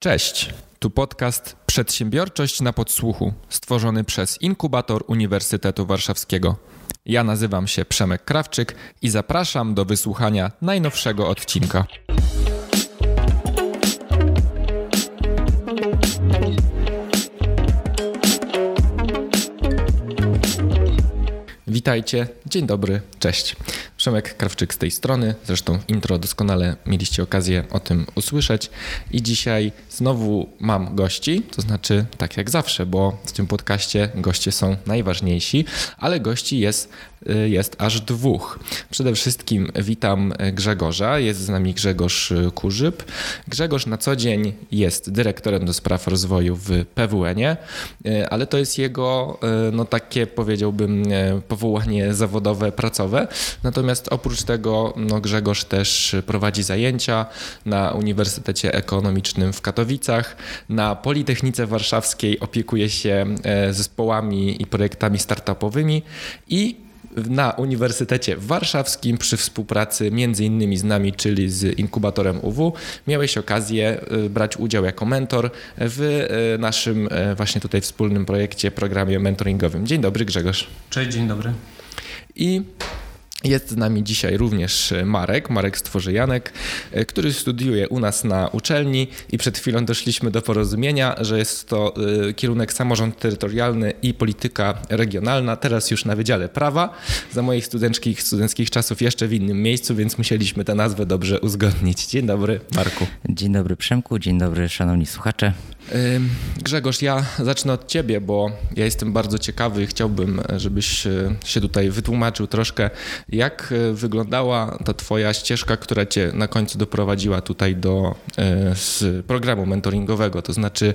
Cześć, tu podcast Przedsiębiorczość na podsłuchu, stworzony przez Inkubator Uniwersytetu Warszawskiego. Ja nazywam się Przemek Krawczyk i zapraszam do wysłuchania najnowszego odcinka. Witajcie, dzień dobry, cześć. Przemek Krawczyk z tej strony, zresztą w intro doskonale mieliście okazję o tym usłyszeć i dzisiaj znowu mam gości, to znaczy tak jak zawsze, bo w tym podcaście goście są najważniejsi, ale gości jest aż dwóch. Przede wszystkim witam Grzegorza, jest z nami Grzegorz Kurzyb. Grzegorz na co dzień jest dyrektorem do spraw rozwoju w PWN-ie, ale to jest jego, takie powiedziałbym, powołanie zawodowe, pracowe. Natomiast oprócz tego Grzegorz też prowadzi zajęcia na Uniwersytecie Ekonomicznym w Katowicach, na Politechnice Warszawskiej opiekuje się zespołami i projektami startupowymi i na Uniwersytecie Warszawskim przy współpracy między innymi z nami, czyli z Inkubatorem UW, miałeś okazję brać udział jako mentor w naszym właśnie tutaj wspólnym projekcie, programie mentoringowym. Dzień dobry, Grzegorz. Cześć, dzień dobry. I jest z nami dzisiaj również Marek Stworzyjanek, który studiuje u nas na uczelni i przed chwilą doszliśmy do porozumienia, że jest to kierunek samorząd terytorialny i polityka regionalna, teraz już na Wydziale Prawa, za moich studenckich czasów jeszcze w innym miejscu, więc musieliśmy tę nazwę dobrze uzgodnić. Dzień dobry, Marku. Dzień dobry, Przemku, dzień dobry, szanowni słuchacze. Grzegorz, ja zacznę od ciebie, bo ja jestem bardzo ciekawy i chciałbym, żebyś się tutaj wytłumaczył troszkę, jak wyglądała ta twoja ścieżka, która cię na końcu doprowadziła tutaj do programu mentoringowego, to znaczy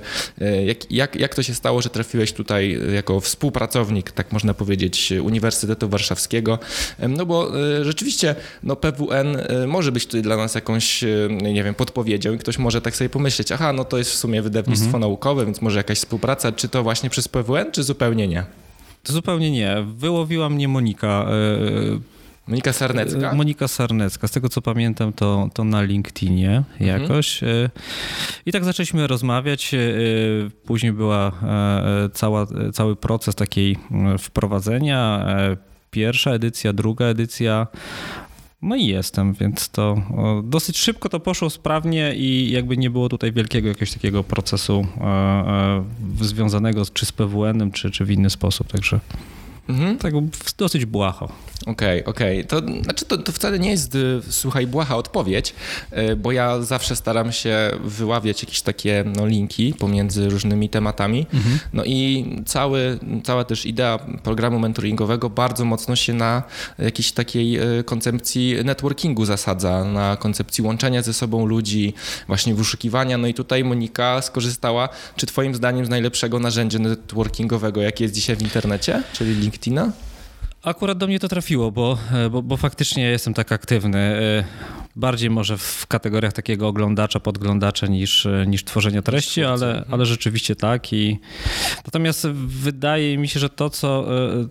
jak to się stało, że trafiłeś tutaj jako współpracownik, tak można powiedzieć, Uniwersytetu Warszawskiego, no bo rzeczywiście PWN może być tutaj dla nas jakąś, nie wiem, podpowiedzią i ktoś może tak sobie pomyśleć, to jest w sumie wydawnictwo naukowe, więc może jakaś współpraca, czy to właśnie przez PWN, czy zupełnie nie? To zupełnie nie. Wyłowiła mnie Monika. Monika Sarnecka? Monika Sarnecka. Z tego co pamiętam, to na LinkedInie jakoś. I tak zaczęliśmy rozmawiać. Później była cały proces takiej wprowadzenia. Pierwsza edycja, druga edycja. No i jestem, więc to dosyć szybko to poszło sprawnie i jakby nie było tutaj wielkiego jakiegoś takiego procesu związanego czy z PWN-em, czy w inny sposób, także tak dosyć błaho. Okej. To znaczy to wcale nie jest, słuchaj, błaha odpowiedź, bo ja zawsze staram się wyławiać jakieś takie linki pomiędzy różnymi tematami. No i cała też idea programu mentoringowego bardzo mocno się na jakiejś takiej koncepcji networkingu zasadza, na koncepcji łączenia ze sobą ludzi, właśnie wyszukiwania. No i tutaj Monika skorzystała, czy twoim zdaniem, z najlepszego narzędzia networkingowego, jakie jest dzisiaj w internecie, czyli LinkedIna? Akurat do mnie to trafiło, bo faktycznie jestem tak aktywny. Bardziej może w kategoriach takiego oglądacza, podglądacza niż tworzenia treści, ale rzeczywiście tak. Natomiast wydaje mi się, że to, co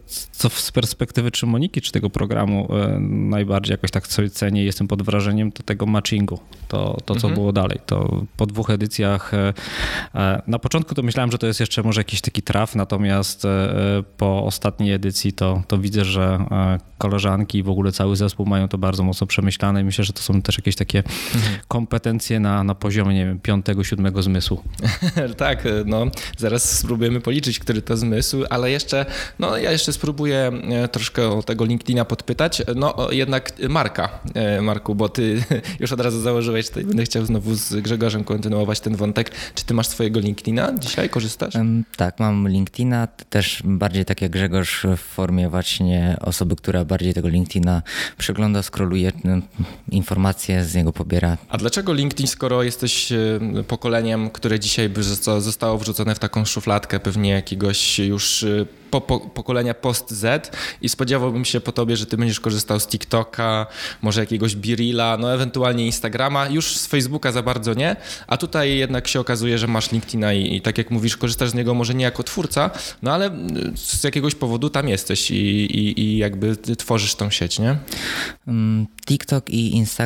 z perspektywy czy Moniki, czy tego programu najbardziej jakoś tak sobie cenię, jestem pod wrażeniem tego matchingu. To co było dalej. To po 2 edycjach na początku to myślałem, że to jest jeszcze może jakiś taki traf, natomiast po ostatniej edycji to widzę, że koleżanki i w ogóle cały zespół mają to bardzo mocno przemyślane i myślę, że to są też jakieś takie kompetencje na poziomie, nie wiem, 5., 7. zmysłu. Tak, zaraz spróbujemy policzyć, który to zmysł, ale ja jeszcze spróbuję troszkę o tego LinkedIna podpytać. Jednak Marku, bo ty już od razu założyłeś, tutaj będę chciał znowu z Grzegorzem kontynuować ten wątek. Czy ty masz swojego LinkedIna dzisiaj? Korzystasz? Tak, mam LinkedIna, też bardziej tak jak Grzegorz w formie właśnie osoby, która bardziej tego LinkedIna przegląda, scrolluje informacje, z niego pobiera. A dlaczego LinkedIn, skoro jesteś pokoleniem, które dzisiaj by zostało wrzucone w taką szufladkę pewnie jakiegoś już pokolenia post-Z i spodziewałbym się po tobie, że ty będziesz korzystał z TikToka, może jakiegoś BeReala, ewentualnie Instagrama, już z Facebooka za bardzo nie, a tutaj jednak się okazuje, że masz LinkedIna i tak jak mówisz, korzystasz z niego może nie jako twórca, ale z jakiegoś powodu tam jesteś i jakby tworzysz tą sieć, nie? TikTok i Instagram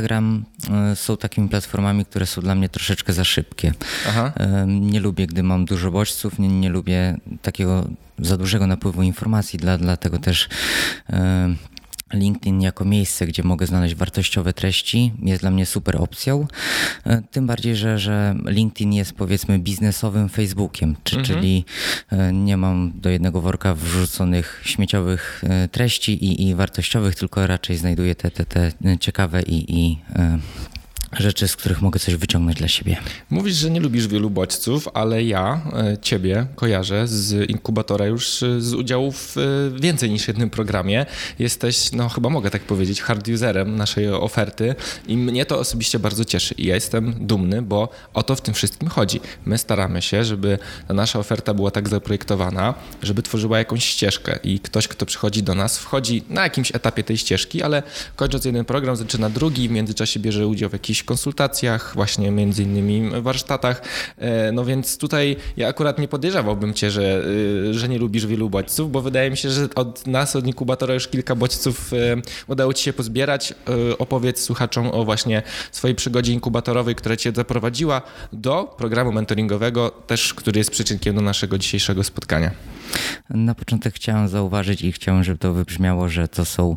Instagram są takimi platformami, które są dla mnie troszeczkę za szybkie. Aha. Nie lubię, gdy mam dużo bodźców, nie lubię takiego za dużego napływu informacji, dlatego też LinkedIn jako miejsce, gdzie mogę znaleźć wartościowe treści, jest dla mnie super opcją. Tym bardziej, że LinkedIn jest, powiedzmy, biznesowym Facebookiem, czyli nie mam do jednego worka wrzuconych śmieciowych treści i wartościowych, tylko raczej znajduję te ciekawe i rzeczy, z których mogę coś wyciągnąć dla siebie. Mówisz, że nie lubisz wielu bodźców, ale ja ciebie kojarzę z inkubatora już z udziału w więcej niż jednym programie. Jesteś, no chyba mogę tak powiedzieć, hard userem naszej oferty i mnie to osobiście bardzo cieszy. I ja jestem dumny, bo o to w tym wszystkim chodzi. My staramy się, żeby ta nasza oferta była tak zaprojektowana, żeby tworzyła jakąś ścieżkę i ktoś, kto przychodzi do nas, wchodzi na jakimś etapie tej ścieżki, ale kończąc jeden program, zaczyna drugi, w międzyczasie bierze udział w jakichś konsultacjach, właśnie między innymi warsztatach. No więc tutaj ja akurat nie podejrzewałbym cię, że nie lubisz wielu bodźców, bo wydaje mi się, że od inkubatora już kilka bodźców udało ci się pozbierać. Opowiedz słuchaczom o właśnie swojej przygodzie inkubatorowej, która cię zaprowadziła do programu mentoringowego, też który jest przyczynkiem do naszego dzisiejszego spotkania. Na początek chciałem zauważyć i chciałem, żeby to wybrzmiało, że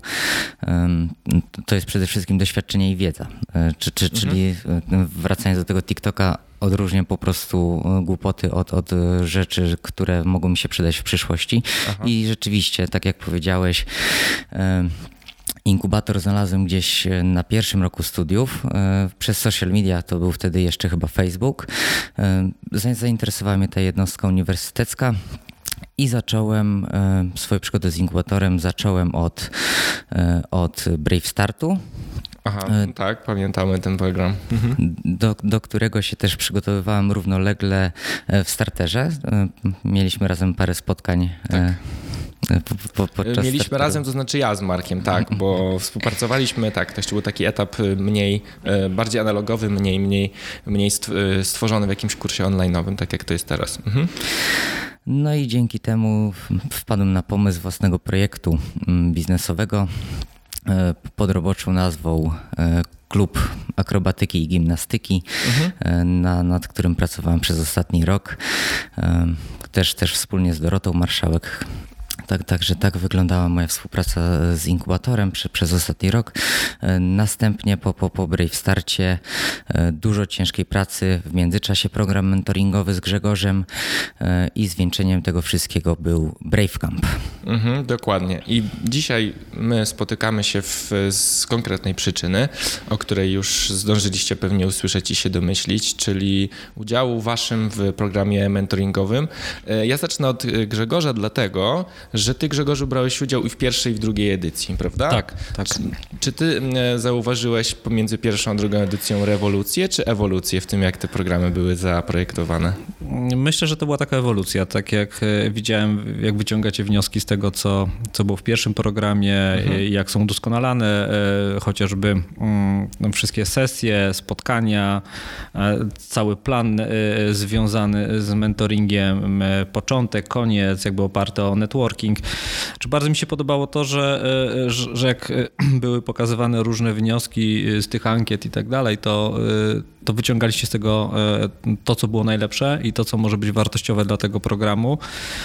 to jest przede wszystkim doświadczenie i wiedza. Czyli wracając do tego TikToka, odróżniam po prostu głupoty od rzeczy, które mogą mi się przydać w przyszłości. Aha. I rzeczywiście, tak jak powiedziałeś, inkubator znalazłem gdzieś na pierwszym roku studiów przez social media, to był wtedy jeszcze chyba Facebook. Zainteresowała mnie ta jednostka uniwersytecka. I zacząłem swoją przygodę z inkubatorem, od Brave Startu. Aha, tak, pamiętamy ten program. Do którego się też przygotowywałem równolegle w starterze. Mieliśmy razem parę spotkań. Tak. Mieliśmy starteru. razem, to znaczy ja z Markiem, tak, bo współpracowaliśmy, tak, to jeszcze był taki etap bardziej analogowy, mniej stworzony w jakimś kursie online'owym, tak jak to jest teraz. No i dzięki temu wpadłem na pomysł własnego projektu biznesowego pod roboczą nazwą Klub Akrobatyki i Gimnastyki, nad którym pracowałem przez ostatni rok, też wspólnie z Dorotą Marszałek. Także tak wyglądała moja współpraca z inkubatorem przez ostatni rok. Następnie po Brave Starcie dużo ciężkiej pracy, w międzyczasie program mentoringowy z Grzegorzem i zwieńczeniem tego wszystkiego był Brave Camp. Dokładnie. I dzisiaj my spotykamy się z konkretnej przyczyny, o której już zdążyliście pewnie usłyszeć i się domyślić, czyli udziału waszym w programie mentoringowym. Ja zacznę od Grzegorza, dlatego że ty, Grzegorzu, brałeś udział i w pierwszej, i w drugiej edycji, prawda? Tak. Czy ty zauważyłeś pomiędzy pierwszą a drugą edycją rewolucję, czy ewolucję w tym, jak te programy były zaprojektowane? Myślę, że to była taka ewolucja, tak jak widziałem, jak wyciągacie wnioski z tego, co było w pierwszym programie, jak są udoskonalane chociażby wszystkie sesje, spotkania, cały plan związany z mentoringiem, początek, koniec, jakby oparty o networking. Bardzo mi się podobało to, że jak były pokazywane różne wnioski z tych ankiet i tak dalej, to wyciągaliście z tego to, co było najlepsze i to, co może być wartościowe dla tego programu.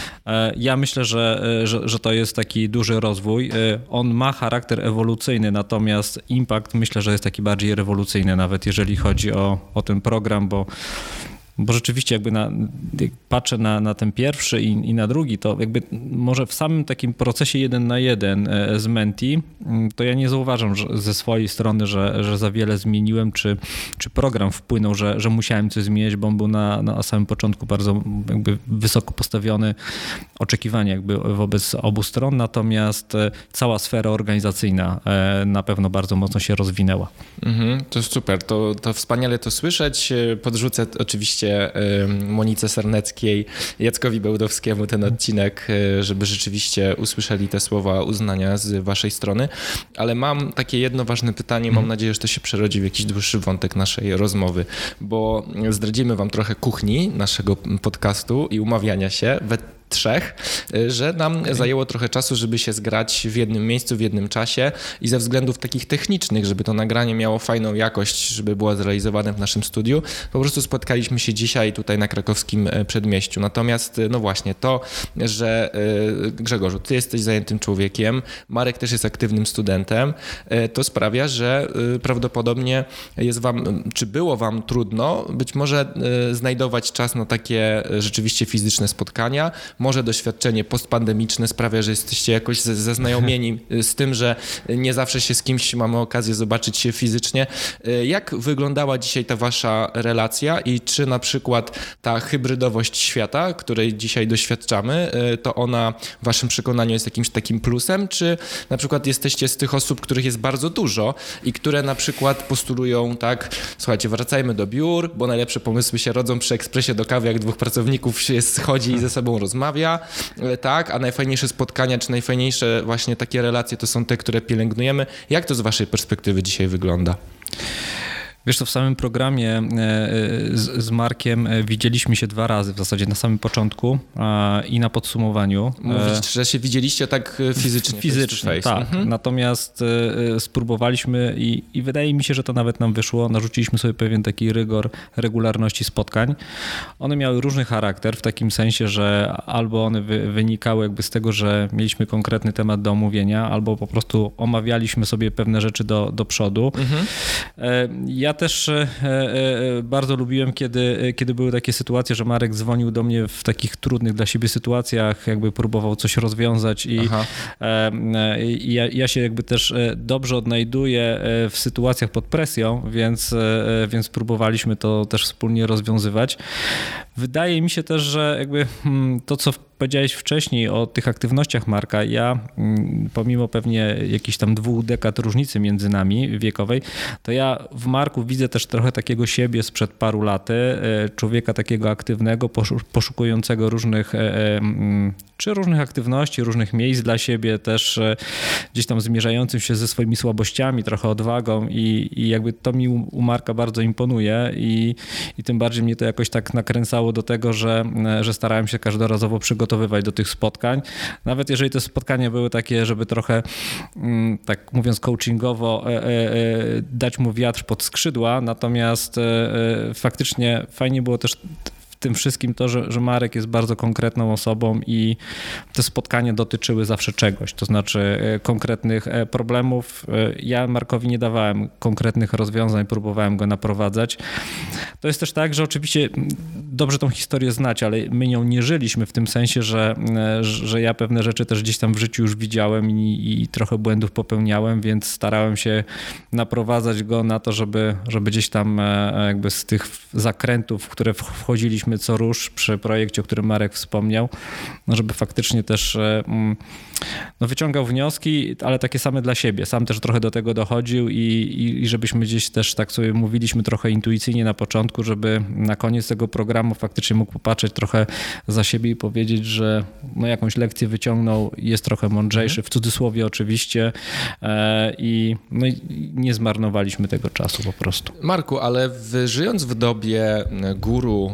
Ja myślę, że to jest taki duży rozwój. On ma charakter ewolucyjny, natomiast impact myślę, że jest taki bardziej rewolucyjny, nawet jeżeli chodzi o ten program, bo rzeczywiście jakby jak patrzę na ten pierwszy i na drugi, to jakby może w samym takim procesie 1 na 1 z Menti, to ja nie zauważam ze swojej strony, że za wiele zmieniłem, czy program wpłynął, że musiałem coś zmieniać, bo on był na samym początku bardzo jakby wysoko postawiony, oczekiwania jakby wobec obu stron, natomiast cała sfera organizacyjna na pewno bardzo mocno się rozwinęła. To super, to wspaniale to słyszeć. Podrzucę oczywiście Monice Serneckiej, Jackowi Bełdowskiemu ten odcinek, żeby rzeczywiście usłyszeli te słowa uznania z waszej strony. Ale mam takie jedno ważne pytanie, mam nadzieję, że to się przerodzi w jakiś dłuższy wątek naszej rozmowy, bo zdradzimy wam trochę kuchni naszego podcastu i umawiania się. trzech, że nam zajęło trochę czasu, żeby się zgrać w jednym miejscu, w jednym czasie i ze względów takich technicznych, żeby to nagranie miało fajną jakość, żeby było zrealizowane w naszym studiu, po prostu spotkaliśmy się dzisiaj tutaj na krakowskim Przedmieściu. Natomiast no właśnie to, że Grzegorzu, ty jesteś zajętym człowiekiem, Marek też jest aktywnym studentem, to sprawia, że prawdopodobnie jest wam, czy było wam trudno być może znajdować czas na takie rzeczywiście fizyczne spotkania, może doświadczenie postpandemiczne sprawia, że jesteście jakoś zaznajomieni z tym, że nie zawsze się z kimś mamy okazję zobaczyć się fizycznie. Jak wyglądała dzisiaj ta wasza relacja i czy na przykład ta hybrydowość świata, której dzisiaj doświadczamy, to ona w waszym przekonaniu jest jakimś takim plusem, czy na przykład jesteście z tych osób, których jest bardzo dużo i które na przykład postulują tak, słuchajcie, wracajmy do biur, bo najlepsze pomysły się rodzą przy ekspresie do kawy, jak dwóch pracowników się schodzi i ze sobą rozmawia, tak, a najfajniejsze spotkania, czy najfajniejsze właśnie takie relacje to są te, które pielęgnujemy. Jak to z waszej perspektywy dzisiaj wygląda? Wiesz co, w samym programie z Markiem widzieliśmy się 2 razy w zasadzie, na samym początku i na podsumowaniu. Mówić, że się widzieliście tak fizycznie. Fizycznie, face to face. tak. Natomiast spróbowaliśmy i wydaje mi się, że to nawet nam wyszło. Narzuciliśmy sobie pewien taki rygor regularności spotkań. One miały różny charakter w takim sensie, że albo one wynikały jakby z tego, że mieliśmy konkretny temat do omówienia, albo po prostu omawialiśmy sobie pewne rzeczy do przodu. Ja też bardzo lubiłem, kiedy były takie sytuacje, że Marek dzwonił do mnie w takich trudnych dla siebie sytuacjach, jakby próbował coś rozwiązać i ja się jakby też dobrze odnajduję w sytuacjach pod presją, więc próbowaliśmy to też wspólnie rozwiązywać. Wydaje mi się też, że jakby to, co powiedziałeś wcześniej o tych aktywnościach Marka, ja pomimo pewnie jakichś tam 2 dekad różnicy między nami wiekowej, to ja w Marku widzę też trochę takiego siebie sprzed paru lat, człowieka takiego aktywnego, poszukującego różnych aktywności, różnych miejsc dla siebie, też gdzieś tam zmierzającym się ze swoimi słabościami, trochę odwagą i jakby to mi u Marka bardzo imponuje i tym bardziej mnie to jakoś tak nakręcało do tego, że starałem się każdorazowo przygotowywać do tych spotkań. Nawet jeżeli te spotkania były takie, żeby trochę, tak mówiąc coachingowo, dać mu wiatr pod skrzydła, natomiast faktycznie fajnie było też w tym wszystkim to, że Marek jest bardzo konkretną osobą i te spotkania dotyczyły zawsze czegoś, to znaczy konkretnych problemów. Ja Markowi nie dawałem konkretnych rozwiązań, próbowałem go naprowadzać. To jest też tak, że oczywiście dobrze tą historię znać, ale my nią nie żyliśmy w tym sensie, że ja pewne rzeczy też gdzieś tam w życiu już widziałem i trochę błędów popełniałem, więc starałem się naprowadzać go na to, żeby gdzieś tam jakby z tych zakrętów, w które wchodziliśmy co rusz przy projekcie, o którym Marek wspomniał, żeby faktycznie też wyciągał wnioski, ale takie same dla siebie. Sam też trochę do tego dochodził i żebyśmy gdzieś też tak sobie mówiliśmy trochę intuicyjnie na początku, żeby na koniec tego programu faktycznie mógł popatrzeć trochę za siebie i powiedzieć, że jakąś lekcję wyciągnął, jest trochę mądrzejszy, w cudzysłowie oczywiście i nie zmarnowaliśmy tego czasu po prostu. Marku, ale żyjąc w dobie guru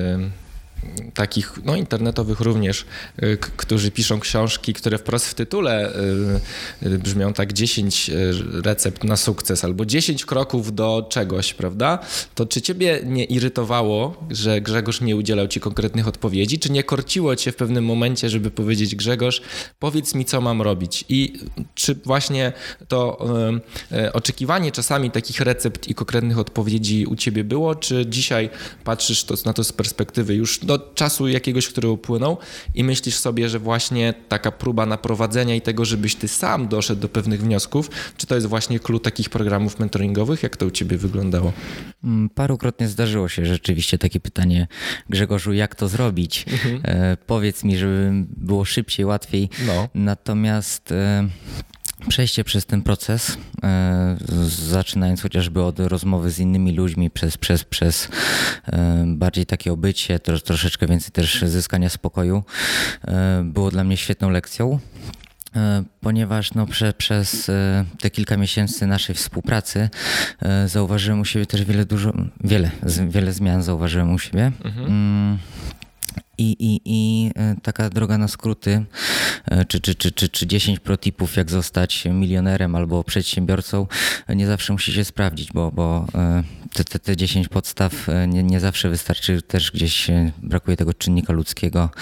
takich internetowych również, którzy piszą książki, które wprost w tytule brzmią tak 10 recept na sukces albo 10 kroków do czegoś, prawda? To czy ciebie nie irytowało, że Grzegorz nie udzielał ci konkretnych odpowiedzi? Czy nie korciło cię w pewnym momencie, żeby powiedzieć: Grzegorz, powiedz mi, co mam robić? I czy właśnie to oczekiwanie czasami takich recept i konkretnych odpowiedzi u ciebie było? Czy dzisiaj patrzysz na to z perspektywy już do czasu jakiegoś, który upłynął i myślisz sobie, że właśnie taka próba naprowadzenia i tego, żebyś ty sam doszedł do pewnych wniosków, czy to jest właśnie clue takich programów mentoringowych? Jak to u ciebie wyglądało? Parukrotnie zdarzyło się rzeczywiście takie pytanie: Grzegorzu, jak to zrobić? Powiedz mi, żeby było szybciej, łatwiej. Natomiast przejście przez ten proces, zaczynając chociażby od rozmowy z innymi ludźmi, przez bardziej takie obycie, troszeczkę więcej też zyskania spokoju, było dla mnie świetną lekcją. Ponieważ przez te kilka miesięcy naszej współpracy zauważyłem u siebie też wiele zmian zauważyłem u siebie. I taka droga na skróty, czy 10 protipów, jak zostać milionerem albo przedsiębiorcą, nie zawsze musi się sprawdzić, bo te 10 podstaw nie zawsze wystarczy, też gdzieś brakuje tego czynnika ludzkiego,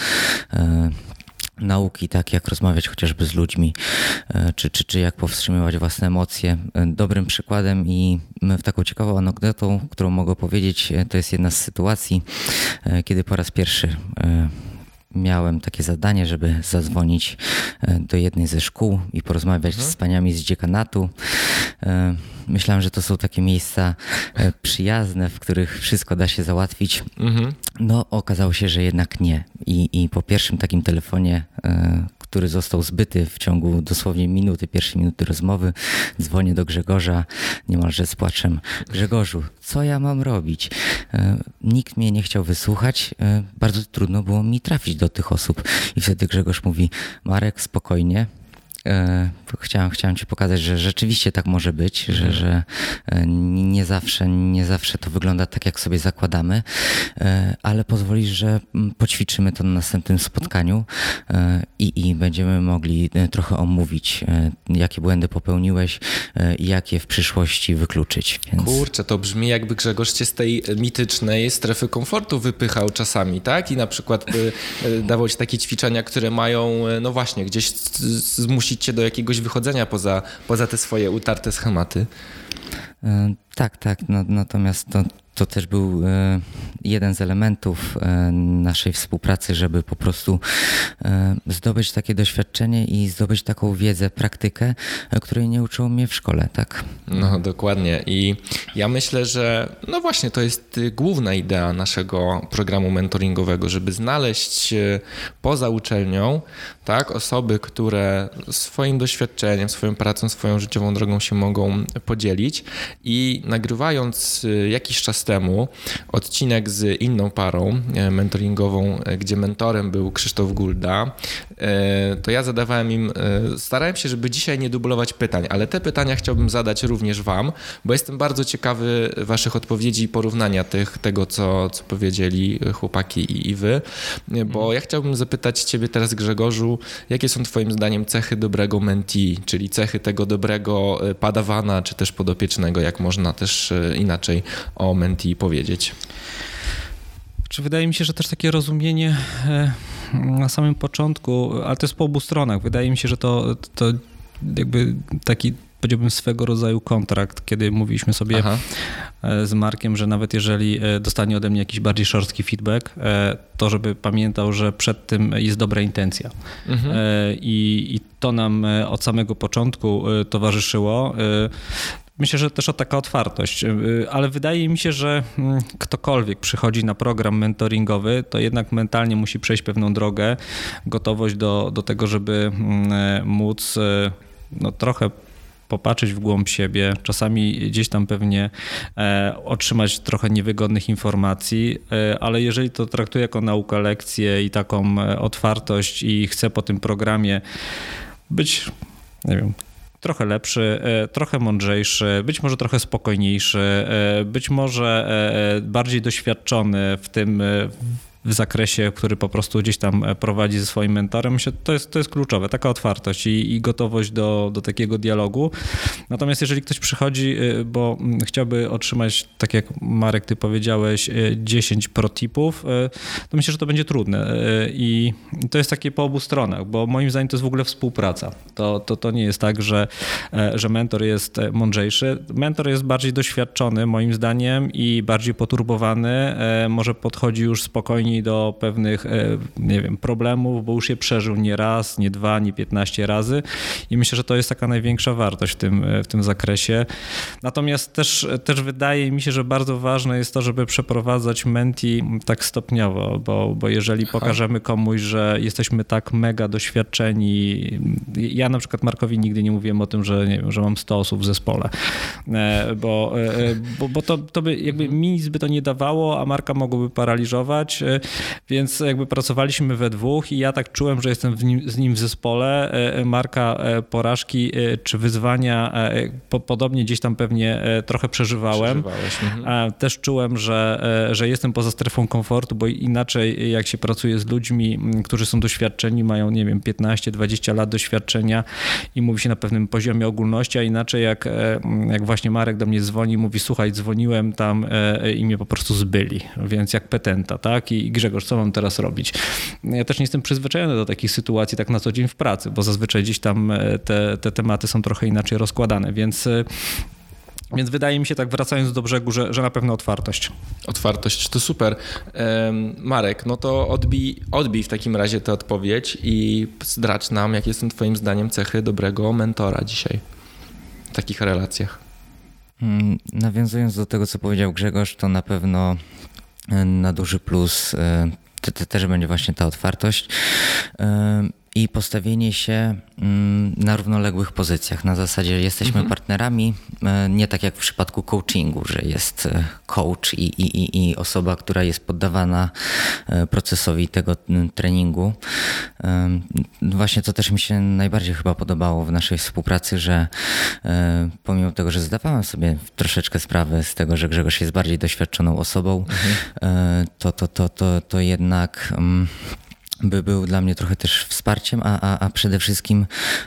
nauki, tak jak rozmawiać chociażby z ludźmi, czy jak powstrzymywać własne emocje. Dobrym przykładem i taką ciekawą anegdotą, którą mogę powiedzieć, to jest jedna z sytuacji, kiedy po raz pierwszy miałem takie zadanie, żeby zadzwonić do jednej ze szkół i porozmawiać z paniami z dziekanatu. Myślałem, że to są takie miejsca przyjazne, w których wszystko da się załatwić. No, okazało się, że jednak nie. I po pierwszym takim telefonie, który został zbyty w ciągu dosłownie pierwszej minuty rozmowy, dzwonię do Grzegorza niemalże z płaczem. Grzegorzu, co ja mam robić? Nikt mnie nie chciał wysłuchać. Bardzo trudno było mi trafić do tych osób. I wtedy Grzegorz mówi: Marek, spokojnie. Chciałem ci pokazać, że rzeczywiście tak może być, że nie zawsze to wygląda tak, jak sobie zakładamy, ale pozwolisz, że poćwiczymy to na następnym spotkaniu i będziemy mogli trochę omówić, jakie błędy popełniłeś i jak je w przyszłości wykluczyć. Więc... Kurczę, to brzmi, jakby Grzegorz cię z tej mitycznej strefy komfortu wypychał czasami, tak? I na przykład dawał ci takie ćwiczenia, które mają, no właśnie, gdzieś zmusić cię do jakiegoś wychodzenia poza te swoje utarte schematy. Tak. No, natomiast to też był jeden z elementów naszej współpracy, żeby po prostu zdobyć takie doświadczenie i zdobyć taką wiedzę, praktykę, której nie uczyło mnie w szkole, tak? No dokładnie i ja myślę, że no właśnie to jest główna idea naszego programu mentoringowego, żeby znaleźć poza uczelnią, tak, osoby, które swoim doświadczeniem, swoją pracą, swoją życiową drogą się mogą podzielić i nagrywając jakiś czas temu odcinek z inną parą mentoringową, gdzie mentorem był Krzysztof Gulda, to ja zadawałem im, starałem się, żeby dzisiaj nie dublować pytań, ale te pytania chciałbym zadać również wam, bo jestem bardzo ciekawy waszych odpowiedzi i porównania tego, co powiedzieli chłopaki i wy, bo ja chciałbym zapytać ciebie teraz, Grzegorzu, jakie są twoim zdaniem cechy dobrego mentee, czyli cechy tego dobrego padawana, czy też podopiecznego, jak można też inaczej o mentee powiedzieć? Czy wydaje mi się, że też takie rozumienie na samym początku, ale to jest po obu stronach. Wydaje mi się, że to jakby taki, powiedziałbym, swego rodzaju kontrakt, kiedy mówiliśmy sobie z Markiem, że nawet jeżeli dostanie ode mnie jakiś bardziej szorstki feedback, to żeby pamiętał, że przed tym jest dobra intencja. I to nam od samego początku towarzyszyło. Myślę, że też o taka otwartość, ale wydaje mi się, że ktokolwiek przychodzi na program mentoringowy, to jednak mentalnie musi przejść pewną drogę, gotowość do tego, żeby móc trochę popatrzeć w głąb siebie, czasami gdzieś tam pewnie otrzymać trochę niewygodnych informacji, ale jeżeli to traktuję jako naukę, lekcję i taką otwartość i chcę po tym programie być, nie wiem, trochę lepszy, trochę mądrzejszy, być może trochę spokojniejszy, być może bardziej doświadczony w tym w zakresie, który po prostu gdzieś tam prowadzi ze swoim mentorem. Myślę, to jest kluczowe, taka otwartość i gotowość do takiego dialogu. Natomiast jeżeli ktoś przychodzi, bo chciałby otrzymać, tak jak Marek, ty powiedziałeś, 10 protipów, to myślę, że to będzie trudne. I to jest takie po obu stronach, bo moim zdaniem to jest w ogóle współpraca. To nie jest tak, że mentor jest mądrzejszy. Mentor jest bardziej doświadczony, moim zdaniem, i bardziej poturbowany. Może podchodzi już spokojniej do pewnych, nie wiem, problemów, bo już je przeżył nie raz, nie 2, nie 15 razy i myślę, że to jest taka największa wartość w tym zakresie. Natomiast też wydaje mi się, że bardzo ważne jest to, żeby przeprowadzać mentee tak stopniowo, bo jeżeli pokażemy komuś, że jesteśmy tak mega doświadczeni, ja na przykład Markowi nigdy nie mówiłem o tym, że nie wiem, że mam 100 osób w zespole, bo to by jakby mi nic by to nie dawało, a Marka mogłoby paraliżować. więc jakby pracowaliśmy we dwóch i ja tak czułem, że jestem z nim w zespole. Marka porażki czy wyzwania podobnie gdzieś tam pewnie trochę przeżywałem. Też czułem, że jestem poza strefą komfortu, bo inaczej jak się pracuje z ludźmi, którzy są doświadczeni, mają, nie wiem, 15-20 lat doświadczenia i mówi się na pewnym poziomie ogólności, a inaczej jak właśnie Marek do mnie dzwoni i mówi, słuchaj, dzwoniłem tam i mnie po prostu zbyli, więc jak petenta, tak? I Grzegorz, co mam teraz robić? Ja też nie jestem przyzwyczajony do takich sytuacji tak na co dzień w pracy, bo zazwyczaj gdzieś tam te tematy są trochę inaczej rozkładane, więc wydaje mi się, tak wracając do brzegu, że na pewno otwartość. Otwartość, to super. Marek, no to odbij w takim razie tę odpowiedź i zdradź nam, jakie są twoim zdaniem cechy dobrego mentora dzisiaj w takich relacjach. Nawiązując do tego, co powiedział Grzegorz, to na pewno na duży plus to też będzie właśnie ta otwartość i postawienie się na równoległych pozycjach. Na zasadzie jesteśmy partnerami, nie tak jak w przypadku coachingu, że jest coach i osoba, która jest poddawana procesowi tego treningu. Właśnie to też mi się najbardziej chyba podobało w naszej współpracy, że pomimo tego, że zdawałem sobie troszeczkę sprawę z tego, że Grzegorz jest bardziej doświadczoną osobą, to jednak był dla mnie trochę też wsparciem, a przede wszystkim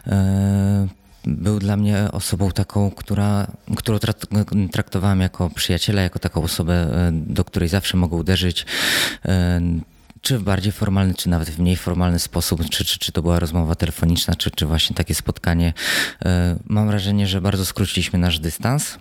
był dla mnie osobą taką, którą traktowałem jako przyjaciela, jako taką osobę, do której zawsze mogę uderzyć, czy w bardziej formalny, czy nawet w mniej formalny sposób, czy to była rozmowa telefoniczna, czy właśnie takie spotkanie. Mam wrażenie, że bardzo skróciliśmy nasz dystans.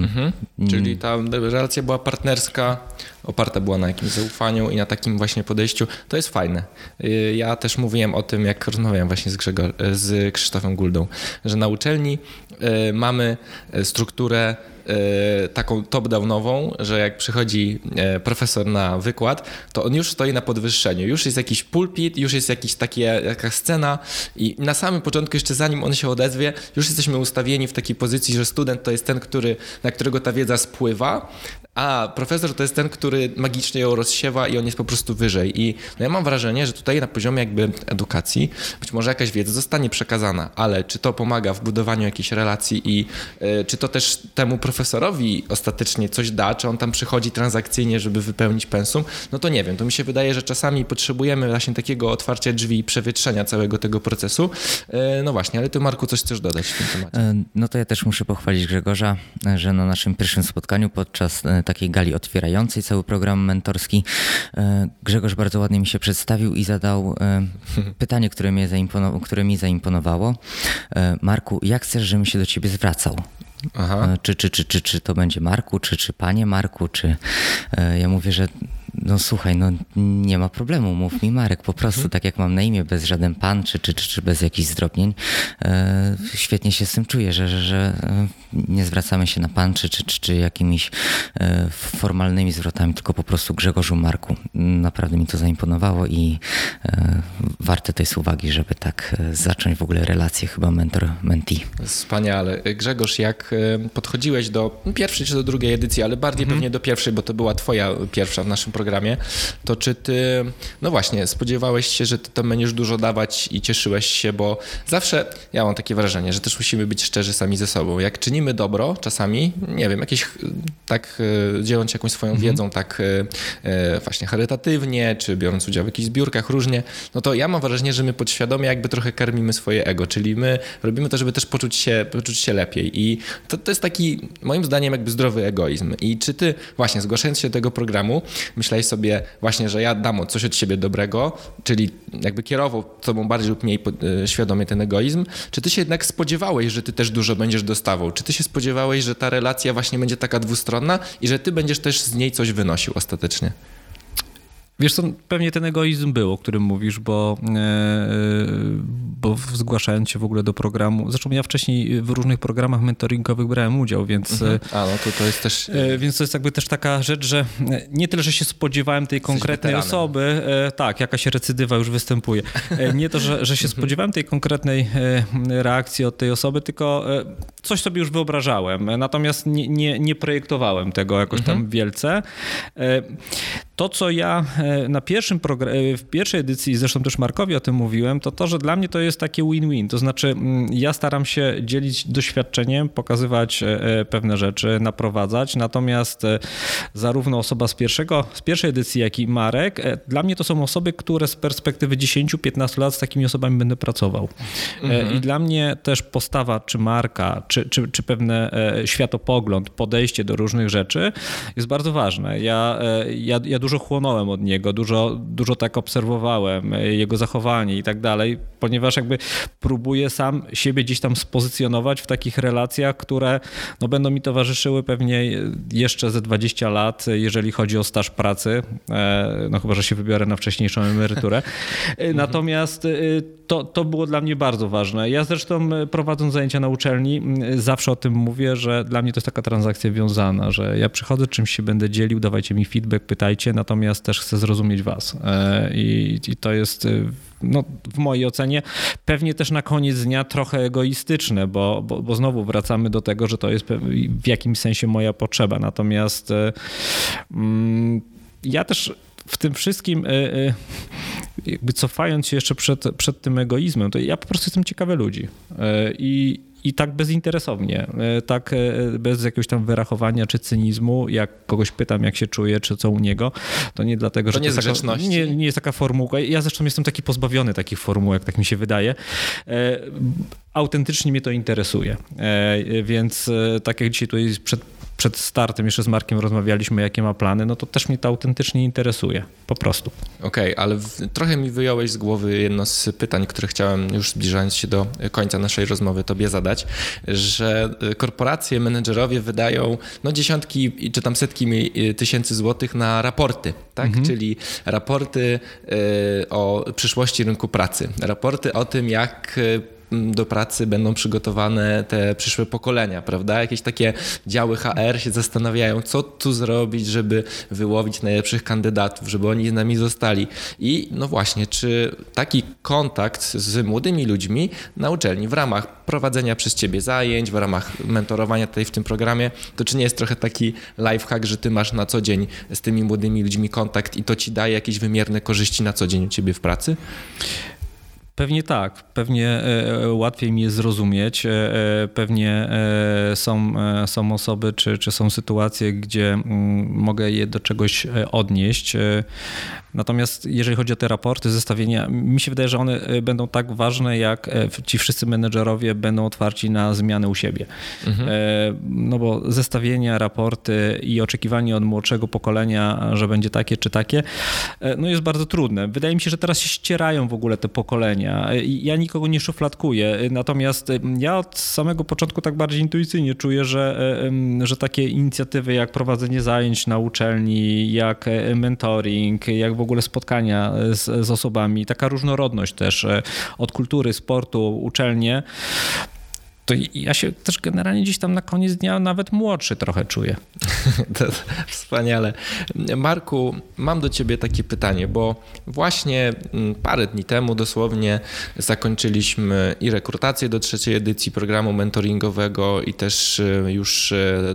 Czyli ta relacja była partnerska, oparta była na jakimś zaufaniu i na takim właśnie podejściu. To jest fajne. Ja też mówiłem o tym, jak rozmawiałem właśnie z Krzysztofem Guldą, że na uczelni mamy strukturę taką top-downową, że jak przychodzi profesor na wykład, to on już stoi na podwyższeniu. Już jest jakiś pulpit, już jest jakaś scena i na samym początku, jeszcze zanim on się odezwie, już jesteśmy ustawieni w takiej pozycji, że student to jest ten, na którego ta wiedza spływa, a profesor to jest ten, który magicznie ją rozsiewa i on jest po prostu wyżej. I no ja mam wrażenie, że tutaj na poziomie jakby edukacji być może jakaś wiedza zostanie przekazana, ale czy to pomaga w budowaniu jakiejś relacji i czy to też temu profesorowi ostatecznie coś da, czy on tam przychodzi transakcyjnie, żeby wypełnić pensum, no to nie wiem. To mi się wydaje, że czasami potrzebujemy właśnie takiego otwarcia drzwi i przewietrzenia całego tego procesu. No właśnie, ale ty, Marku, coś chcesz dodać w tym temacie? No to ja też muszę pochwalić Grzegorza, że na naszym pierwszym spotkaniu podczas takiej gali otwierającej cały program mentorski Grzegorz bardzo ładnie mi się przedstawił i zadał pytanie, które mi zaimponowało. Marku, jak chcesz, żebym się do ciebie zwracał? Aha. Czy to będzie Marku, czy panie Marku, czy ja mówię, że no słuchaj, no nie ma problemu, mów mi Marek, po prostu tak jak mam na imię, bez żaden pan, czy bez jakichś zdrobnień. Świetnie się z tym czuję, że nie zwracamy się na pan, czy jakimiś formalnymi zwrotami, tylko po prostu Grzegorzu, Marku. Naprawdę mi to zaimponowało i warte to jest uwagi, żeby tak zacząć w ogóle relację chyba mentor-mentee. Wspaniale. Grzegorz, jak podchodziłeś do pierwszej czy do drugiej edycji, ale bardziej pewnie do pierwszej, bo to była twoja pierwsza w naszym programie, to czy ty, no właśnie, spodziewałeś się, że ty tam będziesz dużo dawać i cieszyłeś się, bo zawsze ja mam takie wrażenie, że też musimy być szczerzy sami ze sobą. Jak czynimy dobro czasami, nie wiem, jakieś tak dzieląc jakąś swoją wiedzą tak właśnie charytatywnie, czy biorąc udział w jakichś zbiórkach różnie, no to ja mam wrażenie, że my podświadomie jakby trochę karmimy swoje ego, czyli my robimy to, żeby też poczuć się lepiej i to jest taki moim zdaniem jakby zdrowy egoizm. I czy ty właśnie zgłaszając się do tego programu myślałeś sobie właśnie, że ja dam coś od siebie dobrego, czyli jakby kierował tobą bardziej lub mniej świadomie ten egoizm, czy ty się jednak spodziewałeś, że ty też dużo będziesz dostawał? Czy ty się spodziewałeś, że ta relacja właśnie będzie taka dwustronna i że ty będziesz też z niej coś wynosił ostatecznie? Wiesz co, pewnie ten egoizm był, o którym mówisz, bo zgłaszając się w ogóle do programu, zresztą ja wcześniej w różnych programach mentoringowych brałem udział, więc... to jest też... Więc to jest jakby też taka rzecz, że nie tyle, że się spodziewałem tej konkretnej osoby, tak, jakaś recydywa już występuje, nie to, że się spodziewałem tej konkretnej reakcji od tej osoby, tylko coś sobie już wyobrażałem, natomiast nie projektowałem tego jakoś tam wielce. To, co ja w pierwszej edycji, zresztą też Markowi o tym mówiłem, to, że dla mnie to jest takie win-win. To znaczy ja staram się dzielić doświadczeniem, pokazywać pewne rzeczy, naprowadzać, natomiast zarówno osoba z pierwszej edycji, jak i Marek, dla mnie to są osoby, które z perspektywy 10-15 lat z takimi osobami będę pracował. I dla mnie też postawa czy Marka, czy pewne światopogląd, podejście do różnych rzeczy jest bardzo ważne. Ja dużo chłonąłem od niego, dużo tak obserwowałem, jego zachowanie i tak dalej, ponieważ jakby próbuję sam siebie gdzieś tam spozycjonować w takich relacjach, które no, będą mi towarzyszyły pewnie jeszcze ze 20 lat, jeżeli chodzi o staż pracy, no chyba, że się wybiorę na wcześniejszą emeryturę. Natomiast to było dla mnie bardzo ważne. Ja zresztą prowadząc zajęcia na uczelni zawsze o tym mówię, że dla mnie to jest taka transakcja wiązana, że ja przychodzę, czymś się będę dzielił, dawajcie mi feedback, pytajcie, natomiast też chcę zrozumieć was. I to jest no, w mojej ocenie pewnie też na koniec dnia trochę egoistyczne, bo znowu wracamy do tego, że to jest w jakimś sensie moja potrzeba. Natomiast ja też w tym wszystkim, jakby cofając się jeszcze przed tym egoizmem, to ja po prostu jestem ciekawy ludzi. I tak bezinteresownie, tak bez jakiegoś tam wyrachowania czy cynizmu, jak kogoś pytam, jak się czuje, czy co u niego, to nie dlatego, że to nie jest grzeczności. Nie jest taka formułka. Ja zresztą jestem taki pozbawiony takich formułek, tak mi się wydaje. Autentycznie mnie to interesuje. Więc tak jak dzisiaj tutaj przed startem jeszcze z Markiem rozmawialiśmy, jakie ma plany, no to też mnie to autentycznie interesuje. Po prostu. Okej, ale trochę mi wyjąłeś z głowy jedno z pytań, które chciałem już zbliżając się do końca naszej rozmowy tobie zadać, że korporacje, menedżerowie wydają no dziesiątki czy tam setki tysięcy złotych na raporty, tak? Czyli raporty o przyszłości rynku pracy, raporty o tym, jak do pracy będą przygotowane te przyszłe pokolenia, prawda? Jakieś takie działy HR się zastanawiają, co tu zrobić, żeby wyłowić najlepszych kandydatów, żeby oni z nami zostali. I no właśnie, czy taki kontakt z młodymi ludźmi na uczelni w ramach prowadzenia przez ciebie zajęć, w ramach mentorowania tutaj w tym programie, to czy nie jest trochę taki lifehack, że ty masz na co dzień z tymi młodymi ludźmi kontakt i to ci daje jakieś wymierne korzyści na co dzień u ciebie w pracy? Pewnie tak, pewnie łatwiej mi jest zrozumieć, pewnie są osoby czy są sytuacje, gdzie mogę je do czegoś odnieść. Natomiast jeżeli chodzi o te raporty, zestawienia, mi się wydaje, że one będą tak ważne, jak ci wszyscy menedżerowie będą otwarci na zmiany u siebie. No bo zestawienia, raporty i oczekiwanie od młodszego pokolenia, że będzie takie czy takie, no jest bardzo trudne. Wydaje mi się, że teraz się ścierają w ogóle te pokolenia. Ja nikogo nie szufladkuję, natomiast ja od samego początku tak bardziej intuicyjnie czuję, że takie inicjatywy jak prowadzenie zajęć na uczelni, jak mentoring, jak w ogóle spotkania z osobami, taka różnorodność też od kultury, sportu, uczelnie, to ja się też generalnie gdzieś tam na koniec dnia nawet młodszy trochę czuję. To wspaniale. Marku, mam do ciebie takie pytanie, bo właśnie parę dni temu dosłownie zakończyliśmy i rekrutację do 3. edycji programu mentoringowego i też już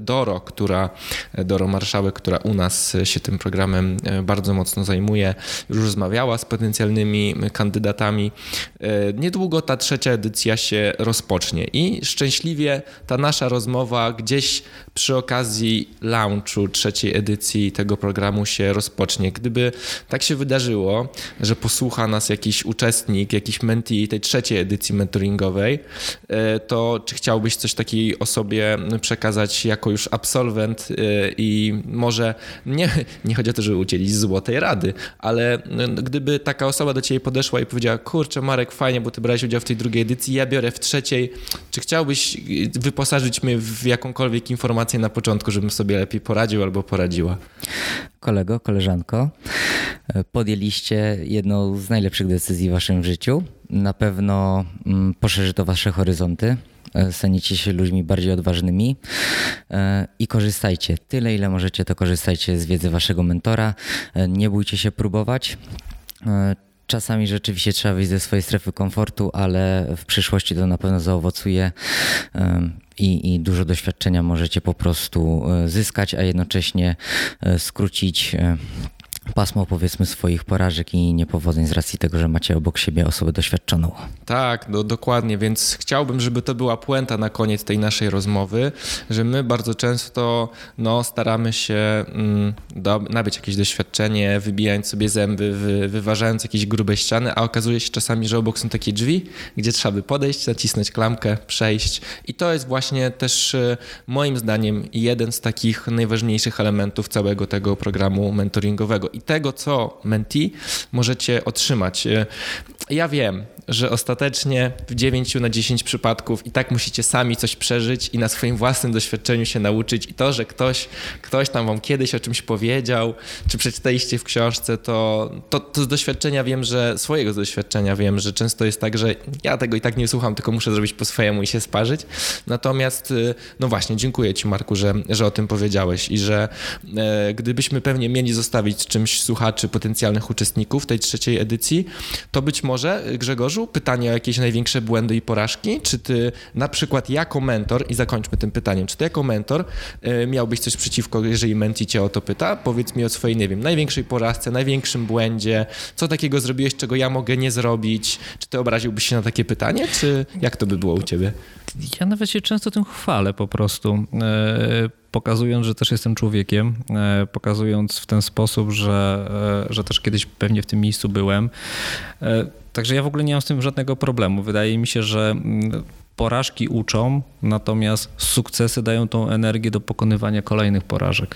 Doro Marszałek, która u nas się tym programem bardzo mocno zajmuje, już rozmawiała z potencjalnymi kandydatami. Niedługo ta 3. edycja się rozpocznie i szczęśliwie ta nasza rozmowa gdzieś przy okazji launchu 3. edycji tego programu się rozpocznie. Gdyby tak się wydarzyło, że posłucha nas jakiś uczestnik, jakiś mentee tej 3. edycji mentoringowej, to czy chciałbyś coś takiej osobie przekazać jako już absolwent i może nie chodzi o to, żeby udzielić złotej rady, ale gdyby taka osoba do ciebie podeszła i powiedziała: kurczę Marek, fajnie, bo ty brałeś udział w tej 2. edycji, ja biorę w 3, czy chciałbyś wyposażyć mnie w jakąkolwiek informację na początku, żebym sobie lepiej poradził albo poradziła? Kolego, koleżanko, podjęliście jedną z najlepszych decyzji w waszym życiu. Na pewno poszerzy to wasze horyzonty. Staniecie się ludźmi bardziej odważnymi i korzystajcie. Tyle, ile możecie, to korzystajcie z wiedzy waszego mentora. Nie bójcie się próbować. Czasami rzeczywiście trzeba wyjść ze swojej strefy komfortu, ale w przyszłości to na pewno zaowocuje i dużo doświadczenia możecie po prostu zyskać, a jednocześnie skrócić pasmo, powiedzmy, swoich porażek i niepowodzeń z racji tego, że macie obok siebie osobę doświadczoną. Tak, no dokładnie, więc chciałbym, żeby to była puenta na koniec tej naszej rozmowy, że my bardzo często staramy się nabyć jakieś doświadczenie, wybijając sobie zęby, wyważając jakieś grube ściany, a okazuje się czasami, że obok są takie drzwi, gdzie trzeba by podejść, nacisnąć klamkę, przejść i to jest właśnie też moim zdaniem jeden z takich najważniejszych elementów całego tego programu mentoringowego i tego, co mentee możecie otrzymać. Ja wiem, że ostatecznie w 9 na 10 przypadków i tak musicie sami coś przeżyć i na swoim własnym doświadczeniu się nauczyć i to, że ktoś tam wam kiedyś o czymś powiedział, czy przeczytaliście w książce, to z doświadczenia wiem, swojego doświadczenia wiem, że często jest tak, że ja tego i tak nie słucham, tylko muszę zrobić po swojemu i się sparzyć. Natomiast, no właśnie, dziękuję ci, Marku, że o tym powiedziałeś i że gdybyśmy pewnie mieli zostawić czymś słuchaczy, potencjalnych uczestników tej 3. edycji, to być może, Grzegorzu, pytanie o jakieś największe błędy i porażki? Czy ty na przykład jako mentor, i zakończmy tym pytaniem, czy ty jako mentor miałbyś coś przeciwko, jeżeli mentee cię o to pyta? Powiedz mi o swojej, nie wiem, największej porażce, największym błędzie, co takiego zrobiłeś, czego ja mogę nie zrobić? Czy ty obraziłbyś się na takie pytanie, czy jak to by było u ciebie? Ja nawet się często tym chwalę po prostu, pokazując, że też jestem człowiekiem, pokazując w ten sposób, że też kiedyś pewnie w tym miejscu byłem. Także ja w ogóle nie mam z tym żadnego problemu. Wydaje mi się, że porażki uczą, natomiast sukcesy dają tą energię do pokonywania kolejnych porażek.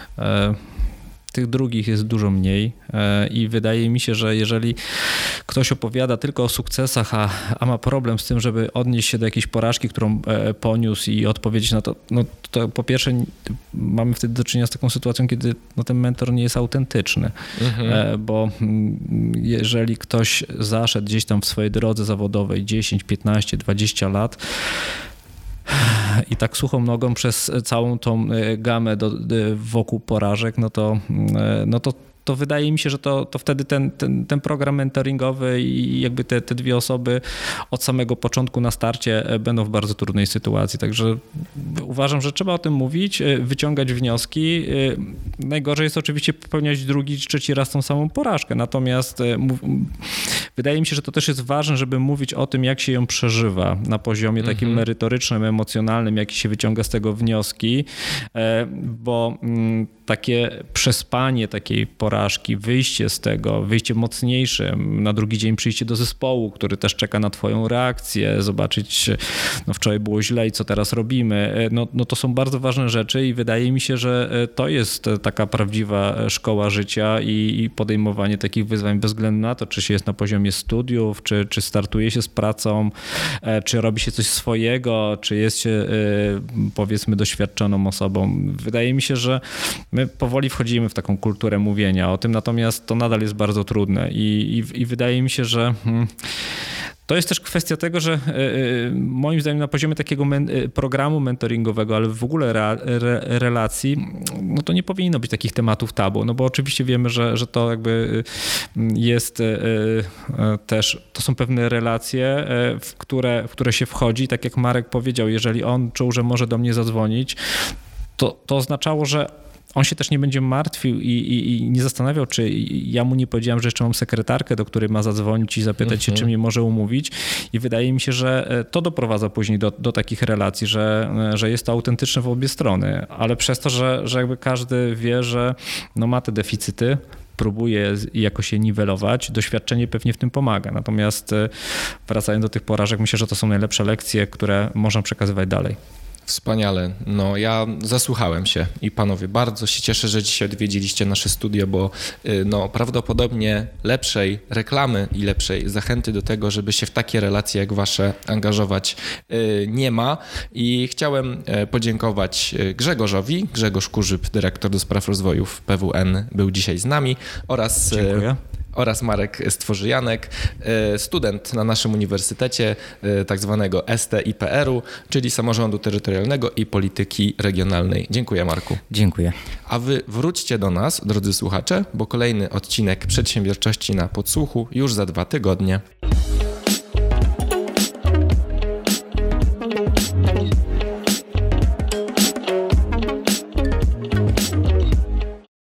Tych drugich jest dużo mniej i wydaje mi się, że jeżeli ktoś opowiada tylko o sukcesach, a ma problem z tym, żeby odnieść się do jakiejś porażki, którą poniósł i odpowiedzieć na to, no to po pierwsze mamy wtedy do czynienia z taką sytuacją, kiedy ten mentor nie jest autentyczny, bo jeżeli ktoś zaszedł gdzieś tam w swojej drodze zawodowej 10, 15, 20 lat, i tak suchą nogą przez całą tą gamę wokół porażek, to wydaje mi się, że to wtedy ten program mentoringowy i jakby te dwie osoby od samego początku na starcie będą w bardzo trudnej sytuacji. Także uważam, że trzeba o tym mówić, wyciągać wnioski. Najgorzej jest oczywiście popełniać drugi, trzeci raz tą samą porażkę. Natomiast wydaje mi się, że to też jest ważne, żeby mówić o tym, jak się ją przeżywa na poziomie takim merytorycznym, emocjonalnym, jakie się wyciąga z tego wnioski, bo takie przespanie takiej porażki, wyjście z tego, wyjście mocniejsze, na drugi dzień przyjście do zespołu, który też czeka na twoją reakcję, zobaczyć, wczoraj było źle i co teraz robimy, to są bardzo ważne rzeczy i wydaje mi się, że to jest taka prawdziwa szkoła życia i podejmowanie takich wyzwań bez względu na to, czy się jest na poziomie studiów, czy startuje się z pracą, czy robi się coś swojego, czy jest się, powiedzmy, doświadczoną osobą. Wydaje mi się, że my powoli wchodzimy w taką kulturę mówienia o tym, natomiast to nadal jest bardzo trudne i wydaje mi się, że to jest też kwestia tego, że moim zdaniem na poziomie takiego programu mentoringowego, ale w ogóle relacji, to nie powinno być takich tematów tabu, bo oczywiście wiemy, że to jakby jest też, to są pewne relacje, w które się wchodzi, tak jak Marek powiedział, jeżeli on czuł, że może do mnie zadzwonić, to oznaczało, że on się też nie będzie martwił i nie zastanawiał, czy ja mu nie powiedziałem, że jeszcze mam sekretarkę, do której ma zadzwonić i zapytać się, czy mnie może umówić. I wydaje mi się, że to doprowadza później do takich relacji, że jest to autentyczne w obie strony, ale przez to, że jakby każdy wie, że ma te deficyty, próbuje jakoś je niwelować, doświadczenie pewnie w tym pomaga. Natomiast wracając do tych porażek, myślę, że to są najlepsze lekcje, które można przekazywać dalej. Wspaniale. Ja zasłuchałem się i panowie, bardzo się cieszę, że dzisiaj odwiedziliście nasze studio, bo prawdopodobnie lepszej reklamy i lepszej zachęty do tego, żeby się w takie relacje jak wasze angażować nie ma. I chciałem podziękować Grzegorzowi. Grzegorz Kurzyb, dyrektor do spraw rozwoju w PWN, był dzisiaj z nami oraz Marek Stworzyjanek, student na naszym uniwersytecie tak zwanego STIPR-u, czyli Samorządu Terytorialnego i Polityki Regionalnej. Dziękuję, Marku. Dziękuję. A wy wróćcie do nas, drodzy słuchacze, bo kolejny odcinek Przedsiębiorczości na Podsłuchu już za 2 tygodnie.